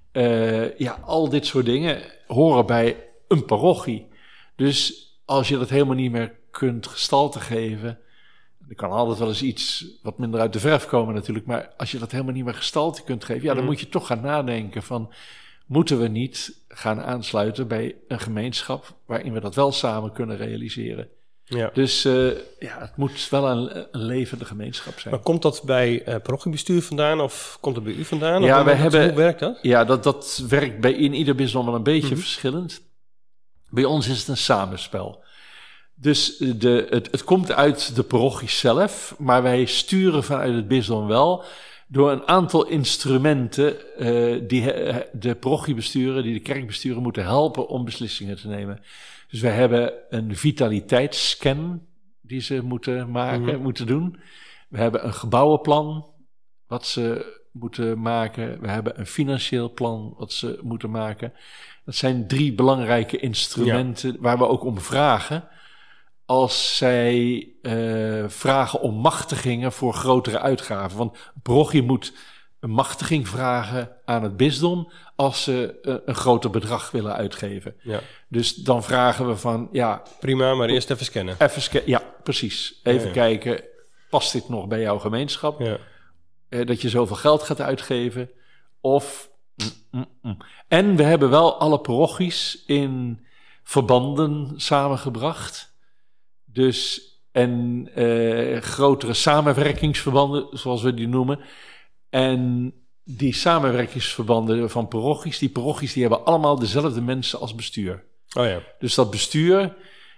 Al dit soort dingen horen bij een parochie. Dus als je dat helemaal niet meer kunt gestalte geven... Er kan altijd wel eens iets wat minder uit de verf komen natuurlijk, maar als je dat helemaal niet meer gestalte kunt geven, dan moet je toch gaan nadenken van, moeten we niet gaan aansluiten bij een gemeenschap waarin we dat wel samen kunnen realiseren. Ja. Dus het moet wel een levende gemeenschap zijn. Maar komt dat bij parochiebestuur vandaan of komt het bij u vandaan? Ja, hoe werkt dat? Ja, dat werkt in ieder bisdom wel een beetje verschillend. Bij ons is het een samenspel. Dus het komt uit de parochie zelf, maar wij sturen vanuit het bisdom wel door een aantal instrumenten die de parochiebesturen, die de kerkbesturen moeten helpen om beslissingen te nemen. Dus wij hebben een vitaliteitsscan die ze moeten maken, moeten doen. We hebben een gebouwenplan wat ze moeten maken. We hebben een financieel plan wat ze moeten maken. Dat zijn 3 belangrijke instrumenten waar we ook om vragen. Als zij vragen om machtigingen voor grotere uitgaven. Want een parochie moet een machtiging vragen aan het bisdom als ze een groter bedrag willen uitgeven. Ja. Dus dan vragen we van, ja... Prima, maar eerst even scannen. Ja, precies. Even kijken, past dit nog bij jouw gemeenschap? Ja. Dat je zoveel geld gaat uitgeven? En we hebben wel alle parochies in verbanden samengebracht. Dus, en grotere samenwerkingsverbanden, zoals we die noemen. En die samenwerkingsverbanden van parochies, die hebben allemaal dezelfde mensen als bestuur. Oh ja. Dus dat bestuur,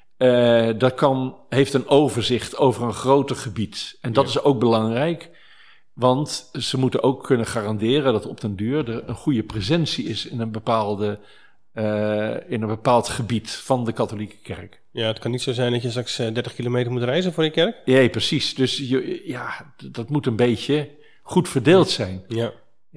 heeft een overzicht over een groter gebied. En dat is ook belangrijk, want ze moeten ook kunnen garanderen dat op den duur er een goede presentie is in een bepaald gebied van de katholieke kerk. Ja, het kan niet zo zijn dat je straks 30 kilometer moet reizen voor je kerk. Nee, precies. Dus dat moet een beetje goed verdeeld zijn. Ja.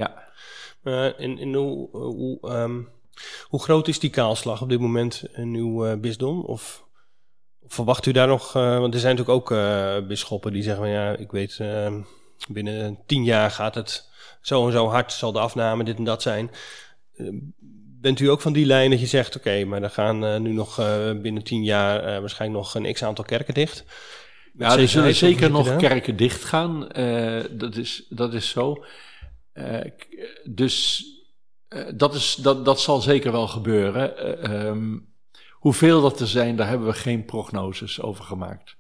Hoe groot is die kaalslag op dit moment in uw bisdom? Of verwacht u daar nog... want er zijn natuurlijk ook bisschoppen die zeggen... ja, ik weet, binnen 10 jaar gaat het zo en zo hard... zal de afname dit en dat zijn. Bent u ook van die lijn dat je zegt... oké, maar dan gaan nu nog binnen 10 jaar... waarschijnlijk nog een x-aantal kerken dicht? Ja, er zullen zeker nog kerken dicht gaan. Dat is zo. Dat zal zeker wel gebeuren. Hoeveel dat er zijn, daar hebben we geen prognoses over gemaakt.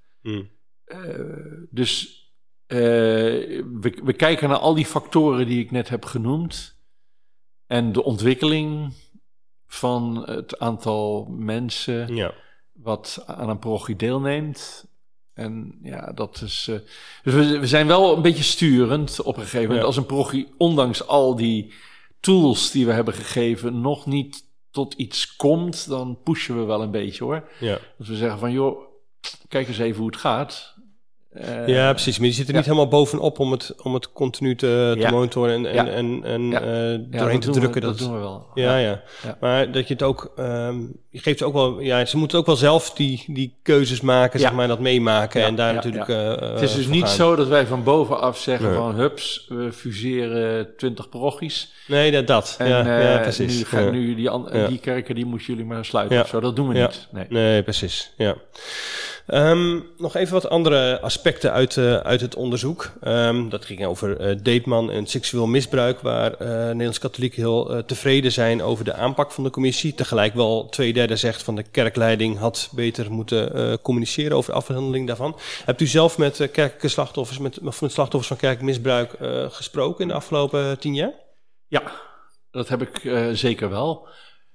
We kijken naar al die factoren die ik net heb genoemd. En de ontwikkeling van het aantal mensen wat aan een parochie deelneemt. En ja, dat is... dus we zijn wel een beetje sturend op een gegeven moment. Als een parochie, ondanks al die tools die we hebben gegeven, nog niet tot iets komt, dan pushen we wel een beetje, hoor. Ja. Dus we zeggen van, joh, kijk eens even hoe het gaat. Ja, precies. Maar die zitten niet helemaal bovenop om het continu te monitoren en doorheen te drukken. Dat doen we wel. Ja. Maar dat je het ook... je geeft ze ook wel... Ja, ze moeten ook wel zelf die keuzes maken, zeg maar, dat meemaken. En daar natuurlijk... het is dus niet zo dat wij van bovenaf zeggen van... hups, we fuseren 20 parochies. Nee, dat. En precies. Nu gaan die kerken, die moeten jullie maar sluiten of zo. Dat doen we niet. Nee, precies. Ja. Nog even wat andere aspecten uit het onderzoek. Dat ging over Deetman en seksueel misbruik, waar Nederlandse katholieken heel tevreden zijn over de aanpak van de commissie. Tegelijk wel 2/3 zegt van de kerkleiding had beter moeten communiceren over de afhandeling daarvan. Hebt u zelf met kerkelijke slachtoffers, met slachtoffers van kerkelijk misbruik gesproken in de afgelopen 10 jaar? Ja, dat heb ik zeker wel.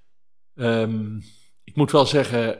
Ik moet wel zeggen...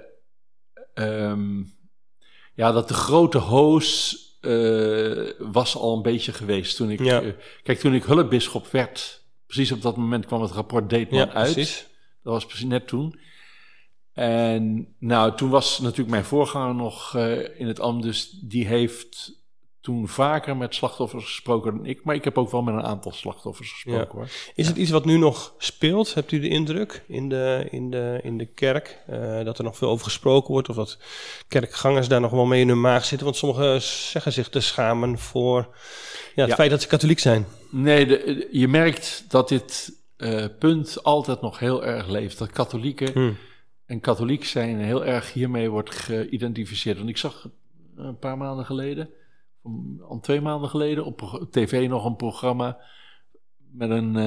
dat de grote hoos was al een beetje geweest. Toen ik hulpbisschop werd, precies op dat moment kwam het rapport Deetman uit. Precies. Dat was precies net toen. En toen was natuurlijk mijn voorganger nog in het ambt, dus die heeft toen vaker met slachtoffers gesproken dan ik, maar ik heb ook wel met een aantal slachtoffers gesproken. Hoor. Is het iets wat nu nog speelt? Hebt u de indruk in de kerk dat er nog veel over gesproken wordt, of dat kerkgangers daar nog wel mee in hun maag zitten? Want sommigen zeggen zich te schamen voor het feit dat ze katholiek zijn. Nee, je merkt dat dit punt altijd nog heel erg leeft. Dat katholieken en katholiek zijn heel erg hiermee wordt geïdentificeerd. Want ik zag een paar maanden geleden, al 2 maanden geleden, op tv nog een programma met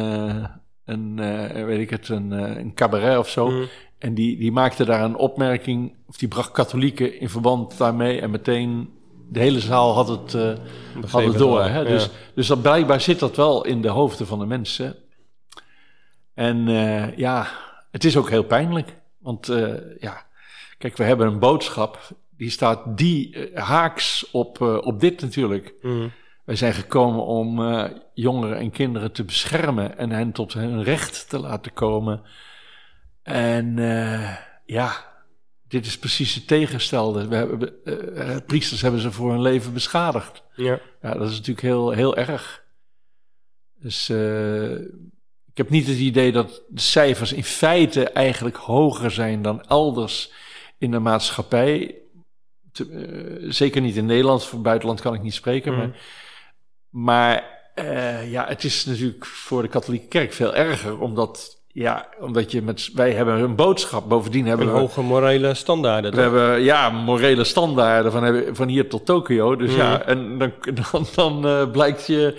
een cabaret of zo. En die maakte daar een opmerking, of die bracht katholieken in verband daarmee en meteen de hele zaal had het door. Hè? Ja. Dus dat blijkbaar zit dat wel in de hoofden van de mensen. En het is ook heel pijnlijk. Want kijk, we hebben een boodschap, die staat haaks op dit natuurlijk. Wij zijn gekomen om jongeren en kinderen te beschermen en hen tot hun recht te laten komen. En dit is precies het tegenstelde. Priesters hebben ze voor hun leven beschadigd. Ja, dat is natuurlijk heel, heel erg. Dus ik heb niet het idee dat de cijfers in feite eigenlijk hoger zijn dan elders in de maatschappij. Zeker niet in Nederland, voor buitenland kan ik niet spreken. Maar het is natuurlijk voor de katholieke kerk veel erger, omdat wij hebben een boodschap. Bovendien hebben we hoge morele standaarden. We hebben morele standaarden van hier tot Tokio. Dus en dan blijkt je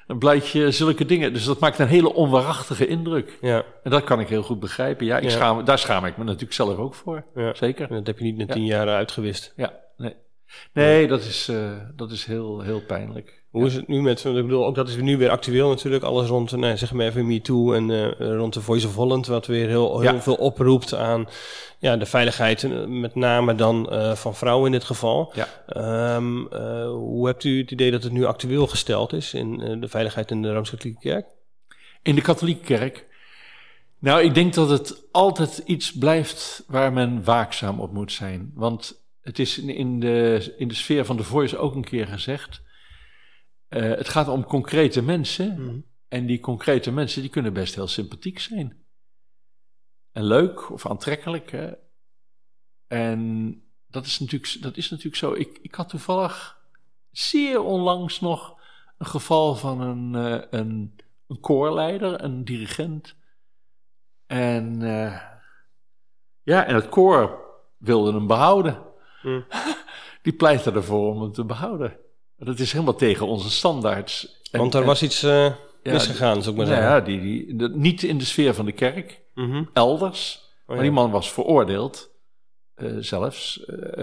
Dan blijkt je zulke dingen. Dus dat maakt een hele onwaarachtige indruk. Ja. En dat kan ik heel goed begrijpen. Ja, daar schaam ik me natuurlijk zelf ook voor. Ja. Zeker. En dat heb je niet na 10 jaar uitgewist. Ja, nee, dat is heel, heel pijnlijk. Hoe is het nu met, ik bedoel, ook dat is nu weer actueel natuurlijk, alles rond, zeg maar even MeToo en rond de Voice of Holland, wat weer heel veel oproept aan de veiligheid, met name dan van vrouwen in dit geval. Ja. Hoe hebt u het idee dat het nu actueel gesteld is in de veiligheid in de Rooms-Katholieke Kerk? In de Katholieke Kerk? Nou, ik denk dat het altijd iets blijft waar men waakzaam op moet zijn. Want het is in de sfeer van de Voice ook een keer gezegd, het gaat om concrete mensen. Mm. En die concrete mensen die kunnen best heel sympathiek zijn. En leuk of aantrekkelijk. Hè? En dat is natuurlijk zo. Ik had toevallig zeer onlangs nog een geval van een koorleider, een dirigent. En en het koor wilde hem behouden. Mm. Die pleitte ervoor om hem te behouden. Dat is helemaal tegen onze standaards. Want er was iets misgegaan, zou ik maar zeggen. Ja, niet in de sfeer van de kerk, elders. Maar die man was veroordeeld, zelfs.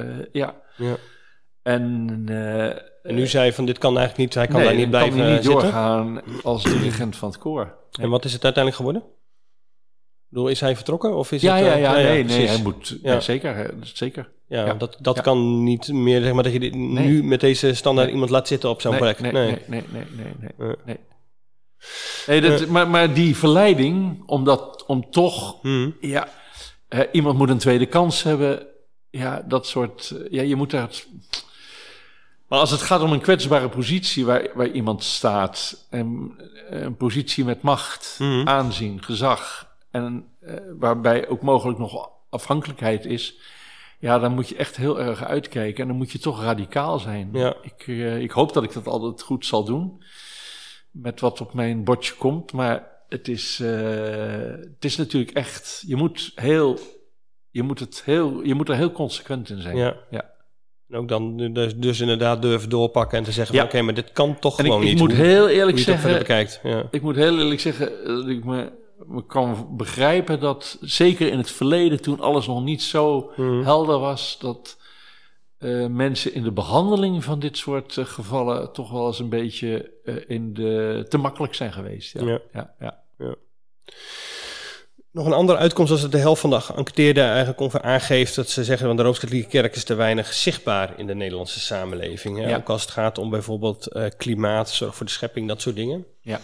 En u zei van dit kan eigenlijk niet, hij kan daar niet blijven zitten? Kan niet doorgaan als dirigent van het koor. En wat is het uiteindelijk geworden? Is hij vertrokken? Of is hij moet... Ja. Zeker. Ja, dat kan niet meer, zeg maar, dat je nu met deze standaard iemand laat zitten op zo'n plek. Nee, maar die verleiding, om toch... iemand moet een tweede kans hebben. Ja, dat soort... je moet daar... Maar als het gaat om een kwetsbare positie waar iemand staat, en een positie met macht, aanzien, gezag, en waarbij ook mogelijk nog afhankelijkheid is, dan moet je echt heel erg uitkijken en dan moet je toch radicaal zijn. Ja. Ik hoop dat ik dat altijd goed zal doen, met wat op mijn bordje komt, maar het is natuurlijk echt, je moet er heel consequent in zijn. Ja. En ook dan dus inderdaad durven doorpakken en te zeggen van oké, maar dit kan toch gewoon niet. Ik moet heel eerlijk zeggen dat ik me kan begrijpen dat zeker in het verleden, toen alles nog niet zo helder was, dat mensen in de behandeling van dit soort gevallen toch wel eens een beetje te makkelijk zijn geweest. Ja. Nog een andere uitkomst was dat de helft van de geënquêteerden eigenlijk aangeeft dat ze zeggen dat de Rooms-Katholieke Kerk is te weinig zichtbaar in de Nederlandse samenleving. Hè? Ja. Ook als het gaat om bijvoorbeeld klimaat, zorg voor de schepping, dat soort dingen. Ja.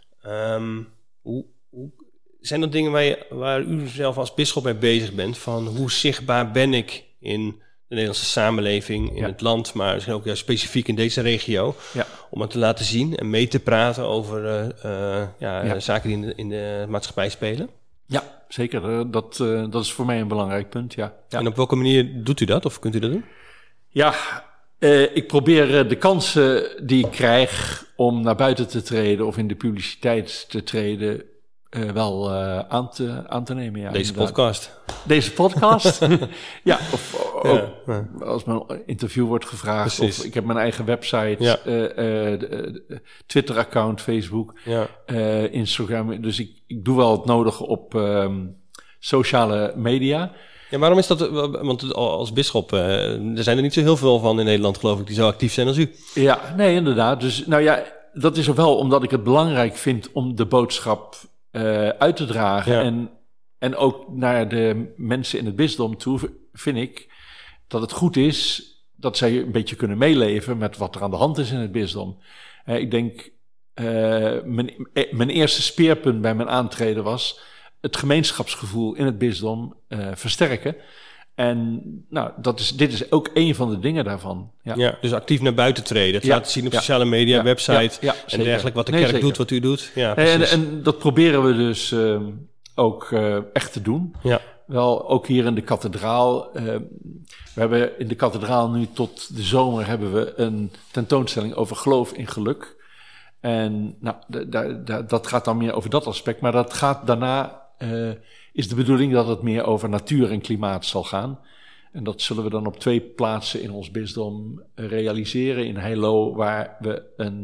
Zijn dat dingen waar u zelf als bisschop mee bezig bent? Van hoe zichtbaar ben ik in de Nederlandse samenleving, in het land, maar misschien ook specifiek in deze regio, om het te laten zien en mee te praten over zaken die in de maatschappij spelen? Ja, zeker. Dat is voor mij een belangrijk punt, ja. En op welke manier doet u dat, of kunt u dat doen? Ja, ik probeer de kansen die ik krijg om naar buiten te treden of in de publiciteit te treden wel aan te nemen. Ja, Deze podcast. Ja, of als mijn interview wordt gevraagd. Precies. Of ik heb mijn eigen website, Twitter-account, Facebook, Instagram. Dus ik doe wel het nodige op sociale media. Ja, waarom is dat? Want als bisschop, er zijn er niet zo heel veel van in Nederland, geloof ik, die zo actief zijn als u. Ja, nee, inderdaad. Dus dat is wel omdat ik het belangrijk vind om de boodschap uit te dragen. En ook naar de mensen in het bisdom toe vind ik dat het goed is dat zij een beetje kunnen meeleven met wat er aan de hand is in het bisdom. Ik denk, mijn eerste speerpunt bij mijn aantreden was het gemeenschapsgevoel in het bisdom versterken. En dit is ook een van de dingen daarvan. Ja, dus actief naar buiten treden. Het laten zien op sociale media, website en dergelijke. Wat de kerk doet, wat u doet. Ja, en dat proberen we dus ook echt te doen. Ja. Wel, ook hier in de kathedraal. We hebben in de kathedraal nu tot de zomer hebben we een tentoonstelling over geloof in geluk. En dat gaat dan meer over dat aspect. Maar dat gaat daarna... is de bedoeling dat het meer over natuur en klimaat zal gaan. En dat zullen we dan op 2 plaatsen in ons bisdom realiseren. In Heilo, waar we een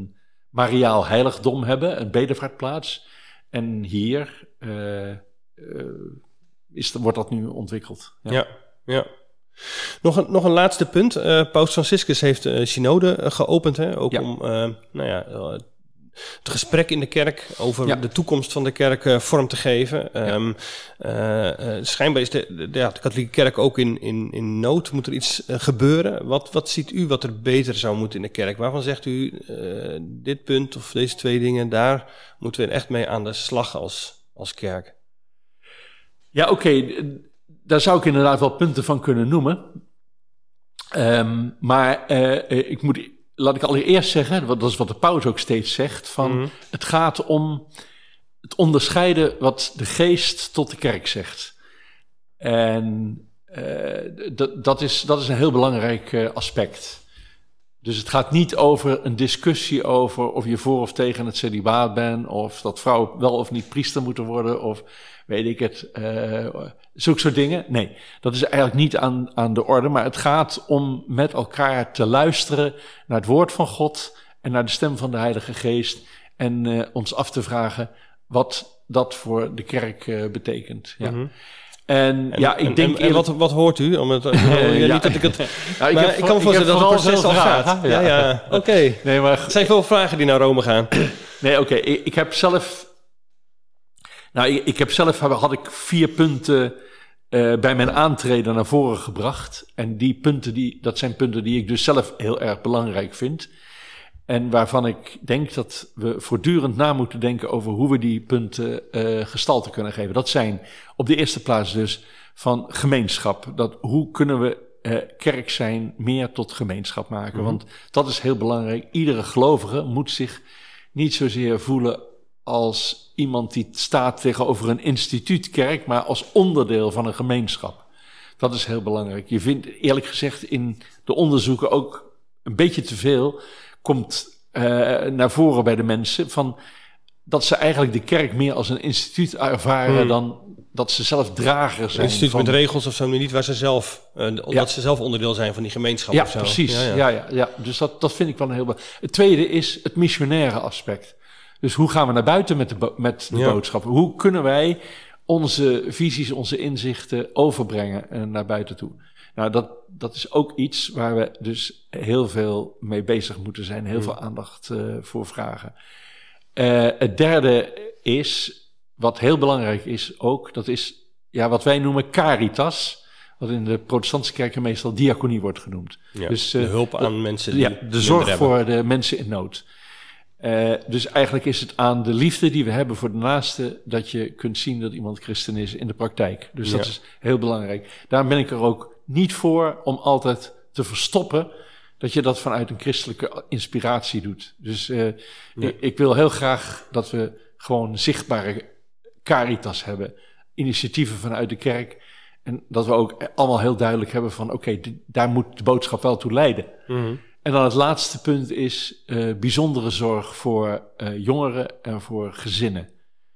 mariaal heiligdom hebben, een bedevaartplaats. En hier wordt dat nu ontwikkeld. Ja. Nog een laatste punt. Paus Franciscus heeft synode geopend, hè? Ook om het gesprek in de kerk over de toekomst van de kerk vorm te geven. Schijnbaar is de katholieke kerk ook in nood. Moet er iets gebeuren? Wat ziet u wat er beter zou moeten in de kerk? Waarvan zegt u dit punt of deze 2 dingen, daar moeten we echt mee aan de slag als kerk? Ja, oké. Daar zou ik inderdaad wel punten van kunnen noemen. Laat ik allereerst zeggen, want dat is wat de paus ook steeds zegt, van het gaat om het onderscheiden wat de geest tot de kerk zegt. En dat is een heel belangrijk aspect. Dus het gaat niet over een discussie over of je voor of tegen het celibaat bent, of dat vrouwen wel of niet priester moeten worden, of weet ik het, zulke soort dingen. Nee, dat is eigenlijk niet aan de orde, maar het gaat om met elkaar te luisteren naar het woord van God en naar de stem van de Heilige Geest en ons af te vragen wat dat voor de kerk betekent. Ja. Mm-hmm. Wat hoort u? Niet dat ik het. Ik kan me voorstellen dat het proces al gaat. Ja. Oké. Nee, maar er zijn veel vragen die naar Rome gaan. Nee, oké. Ik heb zelf. Had ik 4 punten bij mijn aantreden naar voren gebracht. En die punten, dat zijn punten die ik dus zelf heel erg belangrijk vind. En waarvan ik denk dat we voortdurend na moeten denken over hoe we die punten gestalte kunnen geven. Dat zijn op de eerste plaats dus van gemeenschap. Hoe kunnen we kerk zijn meer tot gemeenschap maken? Mm-hmm. Want dat is heel belangrijk. Iedere gelovige moet zich niet zozeer voelen als iemand die staat tegenover een instituut kerk, maar als onderdeel van een gemeenschap. Dat is heel belangrijk. Je vindt eerlijk gezegd in de onderzoeken ook een beetje te veel komt naar voren bij de mensen van dat ze eigenlijk de kerk meer als een instituut ervaren dan dat ze zelf drager zijn. Een instituut met regels of zo, niet waar ze zelf, dat ze zelf onderdeel zijn van die gemeenschap of zo. Precies. Ja. Dus dat vind ik wel een heel belangrijk. Het tweede is het missionaire aspect. Dus hoe gaan we naar buiten met de boodschap? Hoe kunnen wij onze visies, onze inzichten overbrengen naar buiten toe? Nou, dat is ook iets waar we dus heel veel mee bezig moeten zijn. Heel veel aandacht voor vragen. Het derde is, wat heel belangrijk is ook, dat is wat wij noemen caritas. Wat in de protestantse kerken meestal diaconie wordt genoemd. Ja, dus de hulp aan mensen die de zorg voor de mensen in nood. Dus eigenlijk is het aan de liefde die we hebben voor de naaste dat je kunt zien dat iemand christen is in de praktijk. Dus dat is heel belangrijk. Daarom ben ik er ook niet voor om altijd te verstoppen dat je dat vanuit een christelijke inspiratie doet. Dus ik wil heel graag dat we gewoon zichtbare caritas hebben. Initiatieven vanuit de kerk. En dat we ook allemaal heel duidelijk hebben van oké, daar moet de boodschap wel toe leiden. Mm-hmm. En dan het laatste punt is bijzondere zorg voor jongeren en voor gezinnen.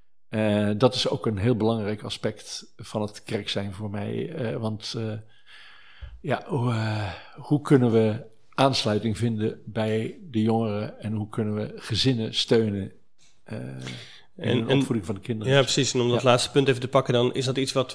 Dat is ook een heel belangrijk aspect van het kerk zijn voor mij. Hoe kunnen we aansluiting vinden bij de jongeren en hoe kunnen we gezinnen steunen in de opvoeding van de kinderen? Ja, precies. En om dat laatste punt even te pakken, dan is dat iets wat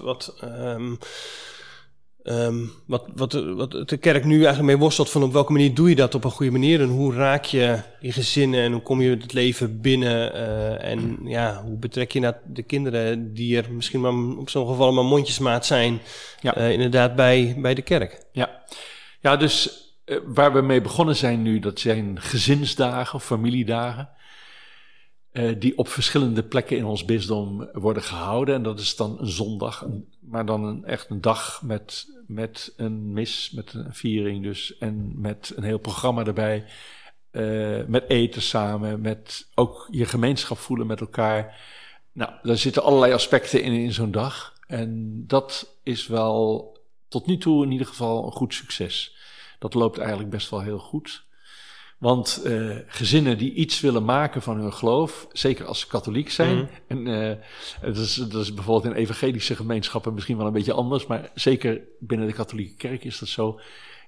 de kerk nu eigenlijk mee worstelt van op welke manier doe je dat op een goede manier en hoe raak je die gezinnen en hoe kom je het leven binnen en hoe betrek je naar de kinderen die er misschien maar op zo'n geval maar mondjesmaat zijn inderdaad bij de kerk. Ja, dus waar we mee begonnen zijn nu, dat zijn gezinsdagen of familiedagen die op verschillende plekken in ons bisdom worden gehouden. En dat is dan een zondag, maar dan echt een dag met een mis, met een viering dus. En met een heel programma erbij. Met eten samen, met ook je gemeenschap voelen met elkaar. Nou, daar zitten allerlei aspecten in zo'n dag. En dat is wel tot nu toe in ieder geval een goed succes. Dat loopt eigenlijk best wel heel goed. Want gezinnen die iets willen maken van hun geloof, zeker als ze katholiek zijn, en dat is bijvoorbeeld in evangelische gemeenschappen misschien wel een beetje anders, maar zeker binnen de katholieke kerk is dat zo,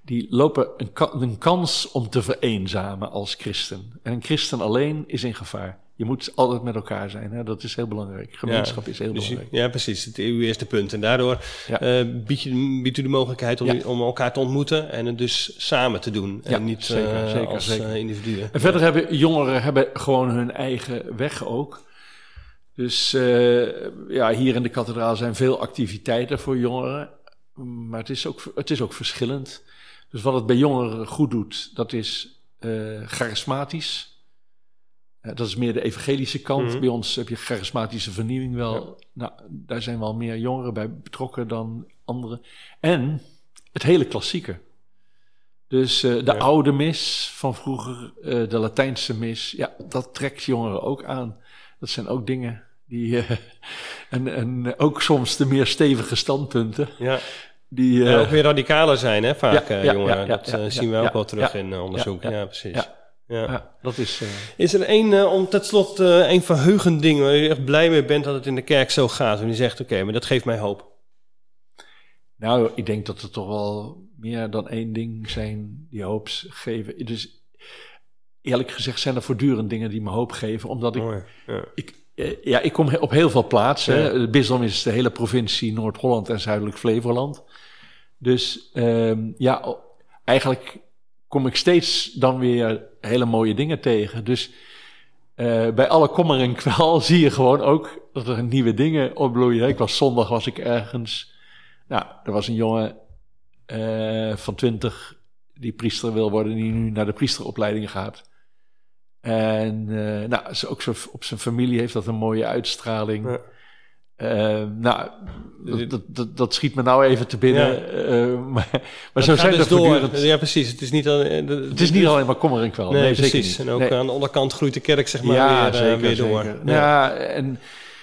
die lopen een kans om te vereenzamen als christen. En een christen alleen is in gevaar. Je moet altijd met elkaar zijn. Hè? Dat is heel belangrijk. Gemeenschap is heel belangrijk. Ja, precies. Het uw eerste punt. En daardoor biedt u de mogelijkheid om elkaar te ontmoeten en het dus samen te doen. En niet zeker, als individuen. En verder jongeren gewoon hun eigen weg ook. Dus hier in de kathedraal zijn veel activiteiten voor jongeren. Maar het is ook verschillend. Dus wat het bij jongeren goed doet, dat is charismatisch. Dat is meer de evangelische kant. Mm-hmm. Bij ons heb je charismatische vernieuwing wel. Ja. Nou, daar zijn wel meer jongeren bij betrokken dan anderen. En het hele klassieke. Dus de oude mis van vroeger, de Latijnse mis. Ja, dat trekt jongeren ook aan. Dat zijn ook dingen die... en ook soms de meer stevige standpunten. Ja. Die ook weer radicaler zijn, hè, vaak jongeren. Dat zien we ook wel terug in onderzoek. Ja, precies. Ja, dat is... Is er om tot slot een verheugend ding waar je echt blij mee bent dat het in de kerk zo gaat? En je zegt, oké, maar dat geeft mij hoop. Nou, ik denk dat er toch wel meer dan één ding zijn die hoop geven. Dus eerlijk gezegd zijn er voortdurend dingen die me hoop geven. Omdat ik kom op heel veel plaatsen. Ja. Het bisdom is de hele provincie Noord-Holland en Zuidelijk Flevoland. Dus eigenlijk kom ik steeds dan weer hele mooie dingen tegen. Dus bij alle kommer en kwel zie je gewoon ook dat er nieuwe dingen opbloeien. Zondag was ik ergens. Nou, er was een jongen van 20 die priester wil worden, die nu naar de priesteropleiding gaat. En ook op zijn familie heeft dat een mooie uitstraling. Ja. Dat schiet me nou even te binnen. Ja. Maar zo zijn er voortdurend... Ja, precies. Het is niet alleen maar kommer en kwel. Nee, precies. Zeker niet. En ook aan de onderkant groeit de kerk zeg maar weer door. Zeker.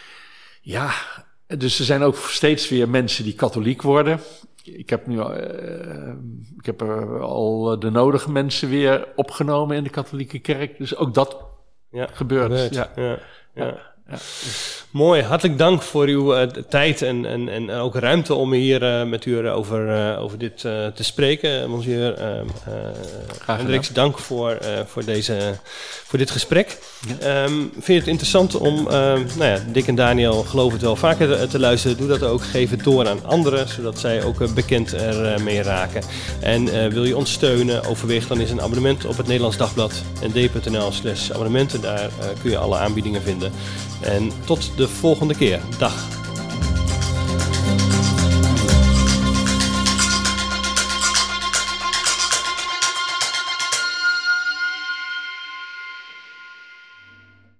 Dus er zijn ook steeds weer mensen die katholiek worden. Ik heb al de nodige mensen weer opgenomen in de katholieke kerk. Dus ook dat gebeurt. Ja. Mooi, hartelijk dank voor uw tijd en ook ruimte om hier met u over dit te spreken. Monsieur Hendricks, dank voor dit gesprek. Ja. Vind je het interessant om Dick en Daniel geloof het wel vaker te luisteren? Doe dat ook, geef het door aan anderen, zodat zij ook bekend ermee raken. En wil je ons steunen, overweeg dan eens een abonnement op het Nederlands Dagblad. nd.nl/abonnementen, daar kun je alle aanbiedingen vinden. En tot de volgende keer. Dag.